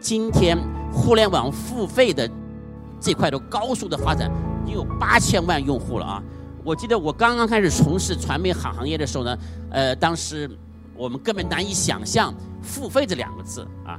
今天互联网付费的这块的高速的发展，已经有8000万用户了啊！我记得我刚刚开始从事传媒行业的时候呢，当时我们根本难以想象付费这2个字啊。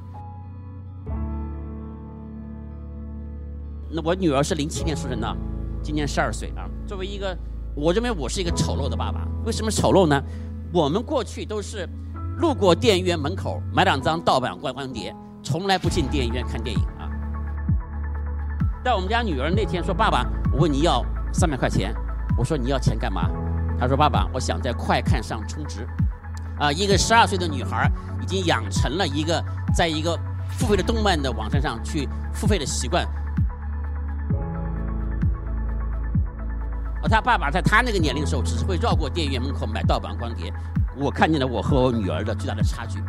那我女儿是07年出生的，今年12岁啊。作为一个，我认为我是一个丑陋的爸爸。为什么丑陋呢？我们过去都是路过电影院门口买2张盗版光碟，从来不进电影院看电影啊。但我们家女儿那天说：“爸爸，我问你要300块钱。”我说：“你要钱干嘛？”她说：“爸爸，我想在快看上充值。”啊，一个12岁的女孩已经养成了一个在一个付费的动漫的网站上去付费的习惯。而他爸爸在他那个年龄的时候，只是会绕过电影院门口买盗版光碟。我看见了我和我女儿的巨大的差距。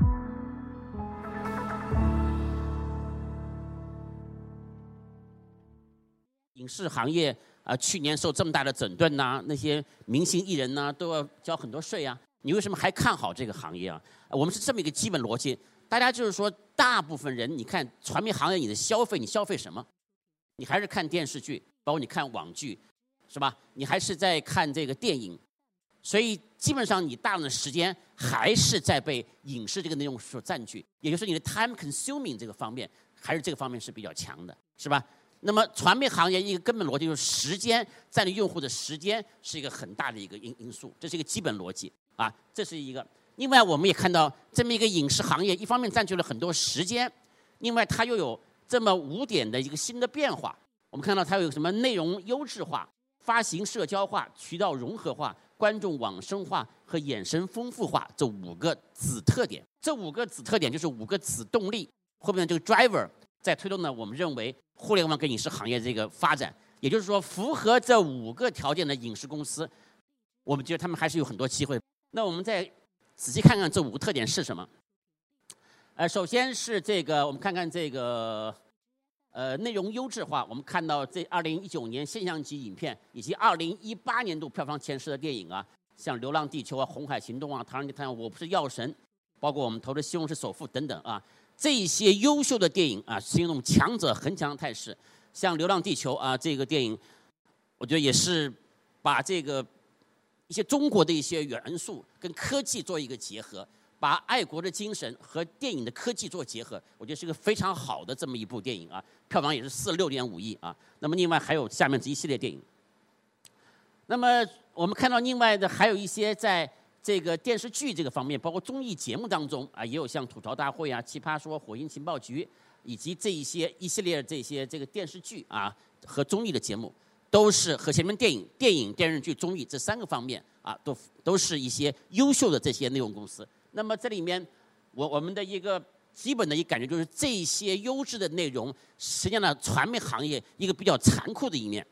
影视行业去年受这么大的整顿呐，那些明星艺人呐都要交很多税啊，你为什么还看好这个行业啊？我们是这么一个基本逻辑，大家就是说，大部分人你看传媒行业，你的消费，你消费什么？你还是看电视剧，包括你看网剧。是吧？你还是在看这个电影，所以基本上你大量的时间还是在被影视这个内容所占据，也就是你的 time consuming 这个方面，还是这个方面是比较强的，是吧？那么传媒行业一个根本逻辑就是时间占领用户的时间是一个很大的一个因素，这是一个基本逻辑啊，这是一个。另外我们也看到这么一个影视行业，一方面占据了很多时间，另外它又有这么5点的一个新的变化。我们看到它有什么内容优质化、发行社交化、渠道融合化、观众网生化和衍生丰富化这5个子特点。这5个子特点就是5个子动力，后面这个 driver 在推动呢，我们认为互联网跟影视行业这个发展，也就是说符合这5个条件的影视公司，我们觉得他们还是有很多机会。那我们再仔细看看这5个特点是什么。首先是这个，我们看看这个。内容优质化，我们看到这2019年现象级影片以及2018年度票房前10的电影啊，像《流浪地球》啊、《红海行动》啊、《唐人街探案》、《我不是药神》，包括我们投的《西红柿首富》等等啊，这些优秀的电影啊，是一种强者恒强的态势。像《流浪地球》啊，这个电影，我觉得也是把这个一些中国的一些元素跟科技做一个结合。把爱国的精神和电影的科技做结合，我觉得是个非常好的这么一部电影啊，票房也是46.5亿啊。那么另外还有下面这一系列电影。那么我们看到另外的还有一些在这个电视剧这个方面，包括综艺节目当中啊，也有像吐槽大会啊、奇葩说、火星情报局，以及这一系列这些这个电视剧啊和综艺的节目，都是和前面电影、电视剧、综艺这3个方面啊，都是一些优秀的这些内容公司。那么这里面，我们的一个基本的一个感觉就是，这些优质的内容，实际上呢，传媒行业一个比较残酷的一面。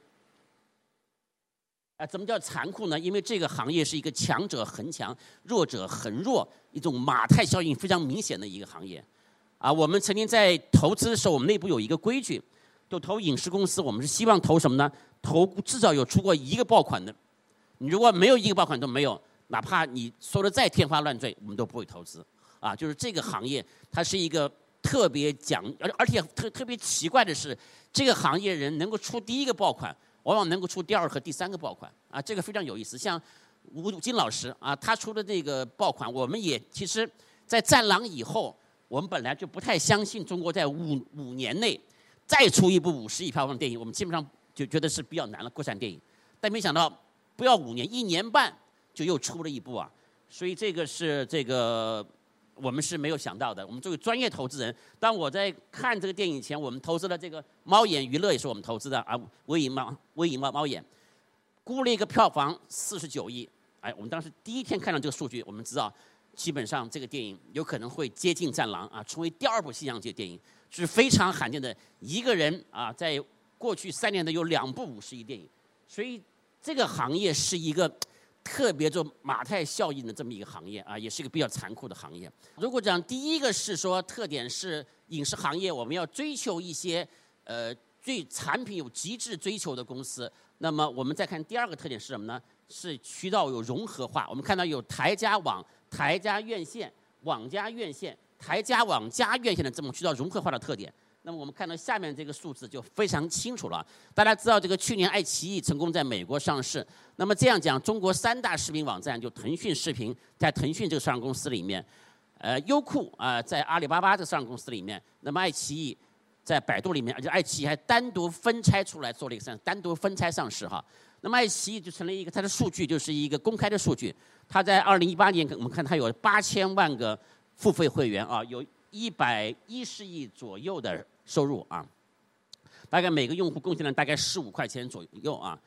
怎么叫残酷呢？因为这个行业是一个强者恒强、弱者恒弱，一种马太效应非常明显的一个行业。我们曾经在投资的时候，我们内部有一个规矩，就投影视公司，我们是希望投什么呢？投至少有出过1个爆款的。你如果没有1个爆款都没有，哪怕你说的再天花乱坠，我们都不会投资。就是这个行业，它是一个特别而且特别奇怪的是，这个行业人能够出第1个爆款，往往能够出第2和第3个爆款。这个非常有意思。像吴京老师他出的这个爆款，我们也其实，在《战狼》以后，我们本来就不太相信中国在5年内再出一部50亿票房的电影，我们基本上就觉得是比较难了，国产电影。但没想到不要5年，1年半。就又出了一部所以这个是我们是没有想到的。我们作为专业投资人，当我在看这个电影前，我们投资了这个猫眼娱乐也是我们投资的微影猫眼，估了一个票房49亿。我们当时第一天看到这个数据，我们知道基本上这个电影有可能会接近《战狼》成为第2部现象级电影，是非常罕见的一个人在过去3年的有2部50亿电影。所以这个行业是一个特别做马太效应的这么一个行业也是一个比较残酷的行业。如果讲第一个是说特点是影视行业，我们要追求一些对产品有极致追求的公司，那么我们再看第2个特点是什么呢？是渠道有融合化。我们看到有台加网、台加院线、网加院线、 台加网加院线的这种渠道融合化的特点。那么我们看到下面这个数字就非常清楚了。大家知道，这个去年爱奇艺成功在美国上市。那么这样讲，中国3大视频网站，就腾讯视频在腾讯这个上市公司里面，优酷在阿里巴巴这个上市公司里面，那么爱奇艺在百度里面，而且爱奇艺还单独分拆出来做了一个单独分拆上市哈。那么爱奇艺就成了一个，它的数据就是一个公开的数据。它在2018年，我们看它有8000万个付费会员啊，有110亿左右的收入啊，大概每个用户贡献了大概15块钱左右啊，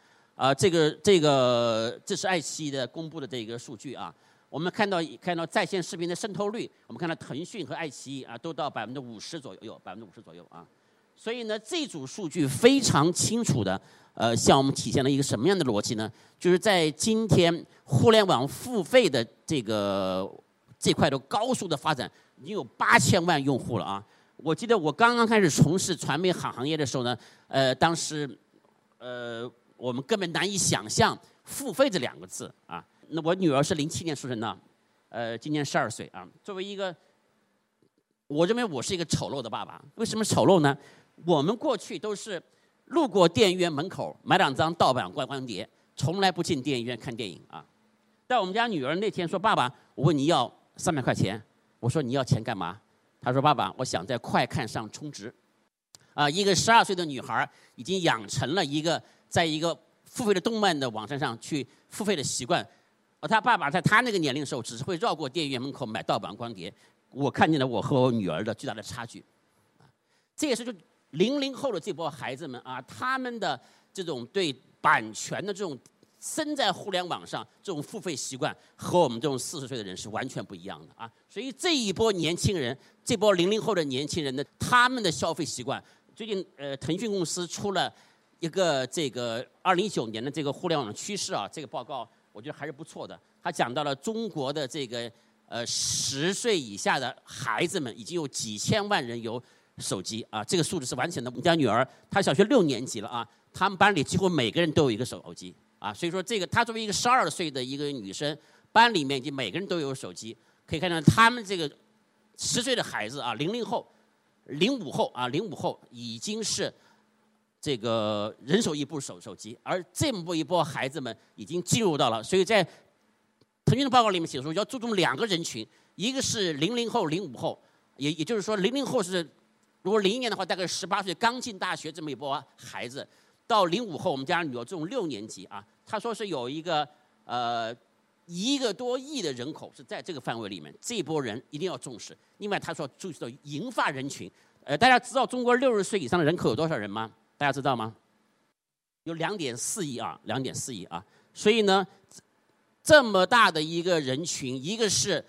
这是爱奇艺的公布的这个数据啊。我们看到在线视频的渗透率，我们看到腾讯和爱奇艺都到50%左右，50%左右啊。所以呢，这组数据非常清楚的向我们体现了一个什么样的逻辑呢？就是在今天互联网付费的这块的高速的发展，已经有8000万用户了啊。我记得我刚刚开始从事传媒行业的时候呢，当时我们根本难以想象付费这2个字啊。那我女儿是07年出生的，今年12岁啊。作为一个，我认为我是一个丑陋的爸爸。为什么丑陋呢？我们过去都是路过电影院门口买2张盗版光碟，从来不进电影院看电影啊。但我们家女儿那天说：“爸爸，我问你要300块钱。”我说：“你要钱干嘛？”她说：“爸爸，我想在快看上充值。”一个12岁的女孩已经养成了在一个付费的动漫的网站上去付费的习惯。她爸爸在她那个年龄的时候，只是会绕过电影院门口买盗版光碟。我看见了我和我女儿的巨大的差距。这也是就00后的这波孩子们啊，他们的这种对版权的这种身在互联网上这种付费习惯，和我们这种40岁的人是完全不一样的啊。所以这一波年轻人，这波00后的年轻人的他们的消费习惯，最近腾讯公司出了一个这个2019年的这个互联网趋势啊，这个报告我觉得还是不错的。他讲到了中国的这个10岁以下的孩子们已经有几千万人有手机啊，这个数字是完全的。我们家女儿她小学6年级了啊，他们班里几乎每个人都有一个手机啊，所以说这个她作为一个12岁的一个女生，班里面已经每个人都有手机，可以看到他们这个10岁的孩子啊，00后、05后已经是这个人手一部手机，而这么一波孩子们已经进入到了，所以在腾讯的报告里面写说要注重2个人群，一个是00后、05后，也就是说00后是。如果01年的话，大概18岁刚进大学这么一波孩子，到05后，我们家女儿这种6年级啊，他说是有一个1个多亿的人口是在这个范围里面，这一波人一定要重视。另外，他说注意到银发人群，大家知道中国60岁以上的人口有多少人吗？大家知道吗？有2.4亿啊，2.4亿啊。所以呢，这么大的一个人群，一个是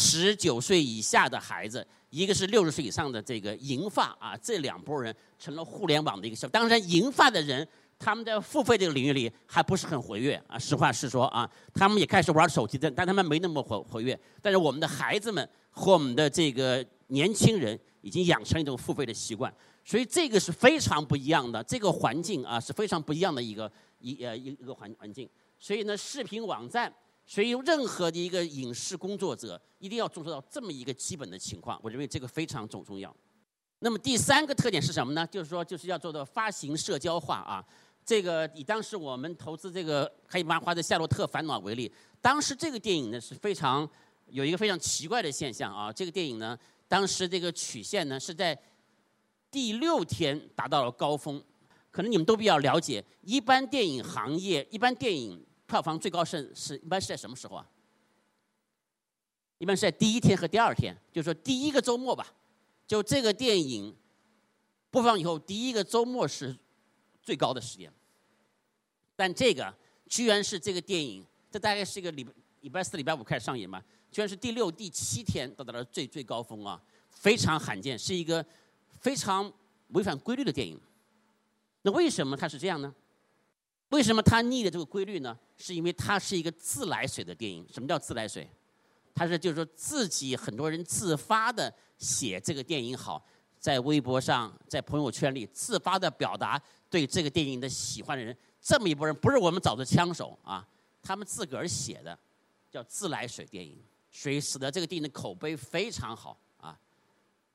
19岁以下的孩子。一个是60岁以上的这个银发啊，这2拨人成了互联网的一个当然，银发的人他们在付费这个领域里还不是很活跃啊。实话实说啊，他们也开始玩手机的，但他们没那么活跃。但是我们的孩子们和我们的这个年轻人已经养成一种付费的习惯，所以这个是非常不一样的。这个环境啊是非常不一样的一个环境。所以呢，视频网站。所以，任何的一个影视工作者一定要重视到这么一个基本的情况，我认为这个非常重要。那么第3个特点是什么呢？就是要做到发行社交化啊。这个以当时我们投资这个黑麻花的《夏洛特烦恼》为例，当时这个电影呢是有一个非常奇怪的现象啊。这个电影呢，当时这个曲线呢是在第6天达到了高峰。可能你们都比较了解，一般电影行业，一般电影。票房最高一般是在什么时候啊？一般是在第1天和第2天，就是说第1个周末吧。就这个电影播放以后，第1个周末是最高的时间。但这个居然是这个电影，这大概是一个礼拜4、礼拜5开始上映嘛，居然是第6、第7天到达了最高峰啊，非常罕见，是一个非常违反规律的电影。那为什么它是这样呢？为什么它逆的这个规律呢？是因为它是一个自来水的电影。什么叫自来水？它是就是说自己很多人自发的写这个电影好，在微博上、在朋友圈里自发的表达对这个电影的喜欢的人，这么一拨人不是我们找的枪手啊，他们自个儿写的，叫自来水电影，所以使得这个电影的口碑非常好啊。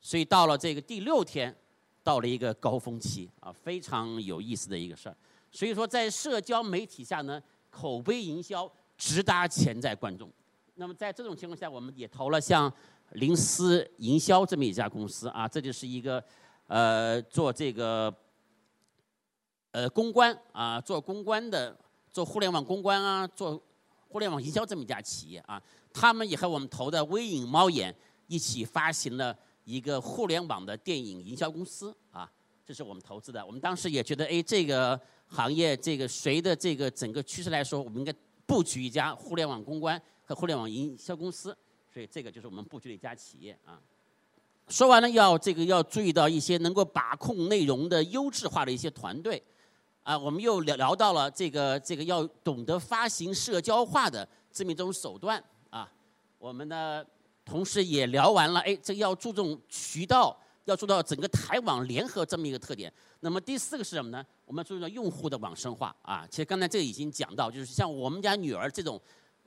所以到了这个第6天，到了一个高峰期啊，非常有意思的一个事儿。所以说，在社交媒体下呢，口碑营销直达潜在观众。那么在这种情况下，我们也投了像灵思营销这么一家公司啊，这就是一个做这个公关啊，做公关的，做互联网公关啊，做互联网营销这么一家企业啊，他们也和我们投的微影猫眼一起发行了一个互联网的电影营销公司啊，这是我们投资的。我们当时也觉得，哎，这个行业这个随着这个整个趋势来说，我们应该布局一家互联网公关和互联网营销公司，所以这个就是我们布局的一家企业啊。说完了要注意到一些能够把控内容的优质化的一些团队，啊，我们又聊到了这个要懂得发行社交化的这么一种手段啊。我们呢，同时也聊完了，哎，这要注重渠道，要做到整个台网联合这么一个特点。那么第4个是什么呢？我们注重用户的网生化啊。其实刚才这个已经讲到，就是像我们家女儿这种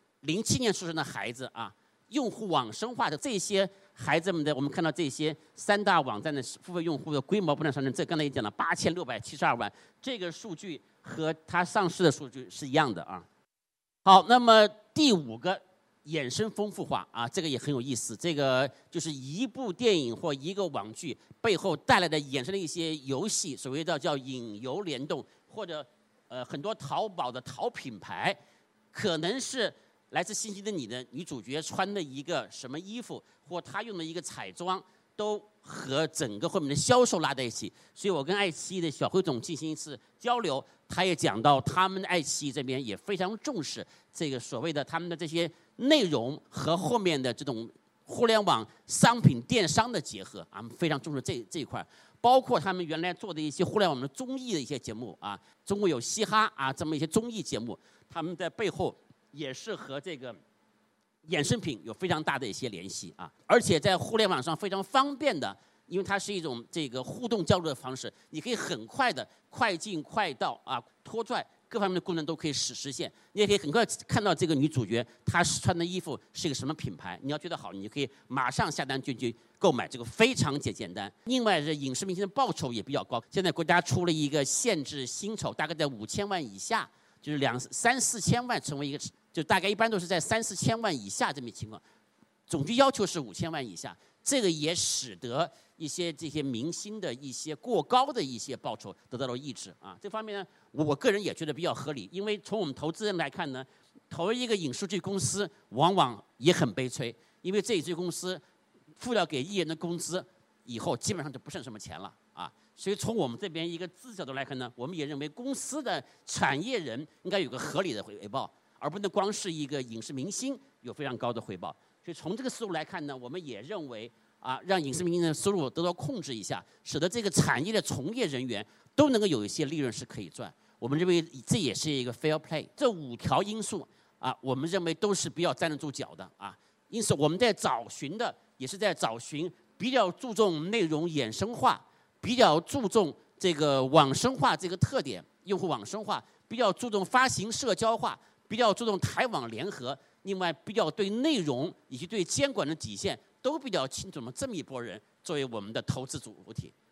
07年出生的孩子啊，用户网生化的这些孩子们的，我们看到这些3大网站的付费用户的规模不断上升，这刚才也讲了8672万，这个数据和它上市的数据是一样的啊。好，那么第5个衍生丰富化啊，这个也很有意思，这个就是一部电影或一个网剧背后带来的衍生的一些游戏，所谓的叫影游联动，或者很多淘宝的淘品牌，可能是来自星星的你的女主角穿的一个什么衣服，或她用的一个彩妆，都和整个后面的销售拉在一起。所以我跟爱奇艺的小辉总进行一次交流，他也讲到他们爱奇艺这边也非常重视这个所谓的他们的这些内容和后面的这种互联网商品电商的结合啊，非常重视这一块。包括他们原来做的一些互联网的综艺的一些节目啊，中国有嘻哈啊这么一些综艺节目，他们在背后也是和这个衍生品有非常大的一些联系啊，而且在互联网上非常方便的，因为它是一种这个互动交流的方式，你可以很快的快进快到啊，拖拽各方面的功能都可以实现。你也可以很快看到这个女主角她穿的衣服是一个什么品牌，你要觉得好，你就可以马上下单去购买，这个非常简单。另外是影视明星的报酬也比较高，现在国家出了一个限制薪酬，大概在5000万以下，就是3-4千万成为一个。就大概一般都是在3-4千万以下这么情况，总局要求是5000万以下，这个也使得一些这些明星的一些过高的一些报酬得到了抑制啊。这方面呢，我个人也觉得比较合理，因为从我们投资人来看呢，投一个影视剧公司往往也很悲催，因为这一支公司付了给艺人的工资以后，基本上就不剩什么钱了啊。所以从我们这边一个资角度来看呢，我们也认为公司的产业人应该有个合理的回报，而不能光是一个影视明星有非常高的回报。所以从这个思路来看呢，我们也认为啊，让影视明星的收入得到控制一下，使得这个产业的从业人员都能够有一些利润是可以赚。我们认为这也是一个 fair play。这5条因素啊，我们认为都是比较站得住脚的啊。因此我们在找寻的也是在找寻比较注重内容衍生化，比较注重这个网生化这个特点，用户网生化，比较注重发行社交化，比较注重台网联合，另外比较对内容以及对监管的底线都比较清楚的这么一拨人作为我们的投资主体。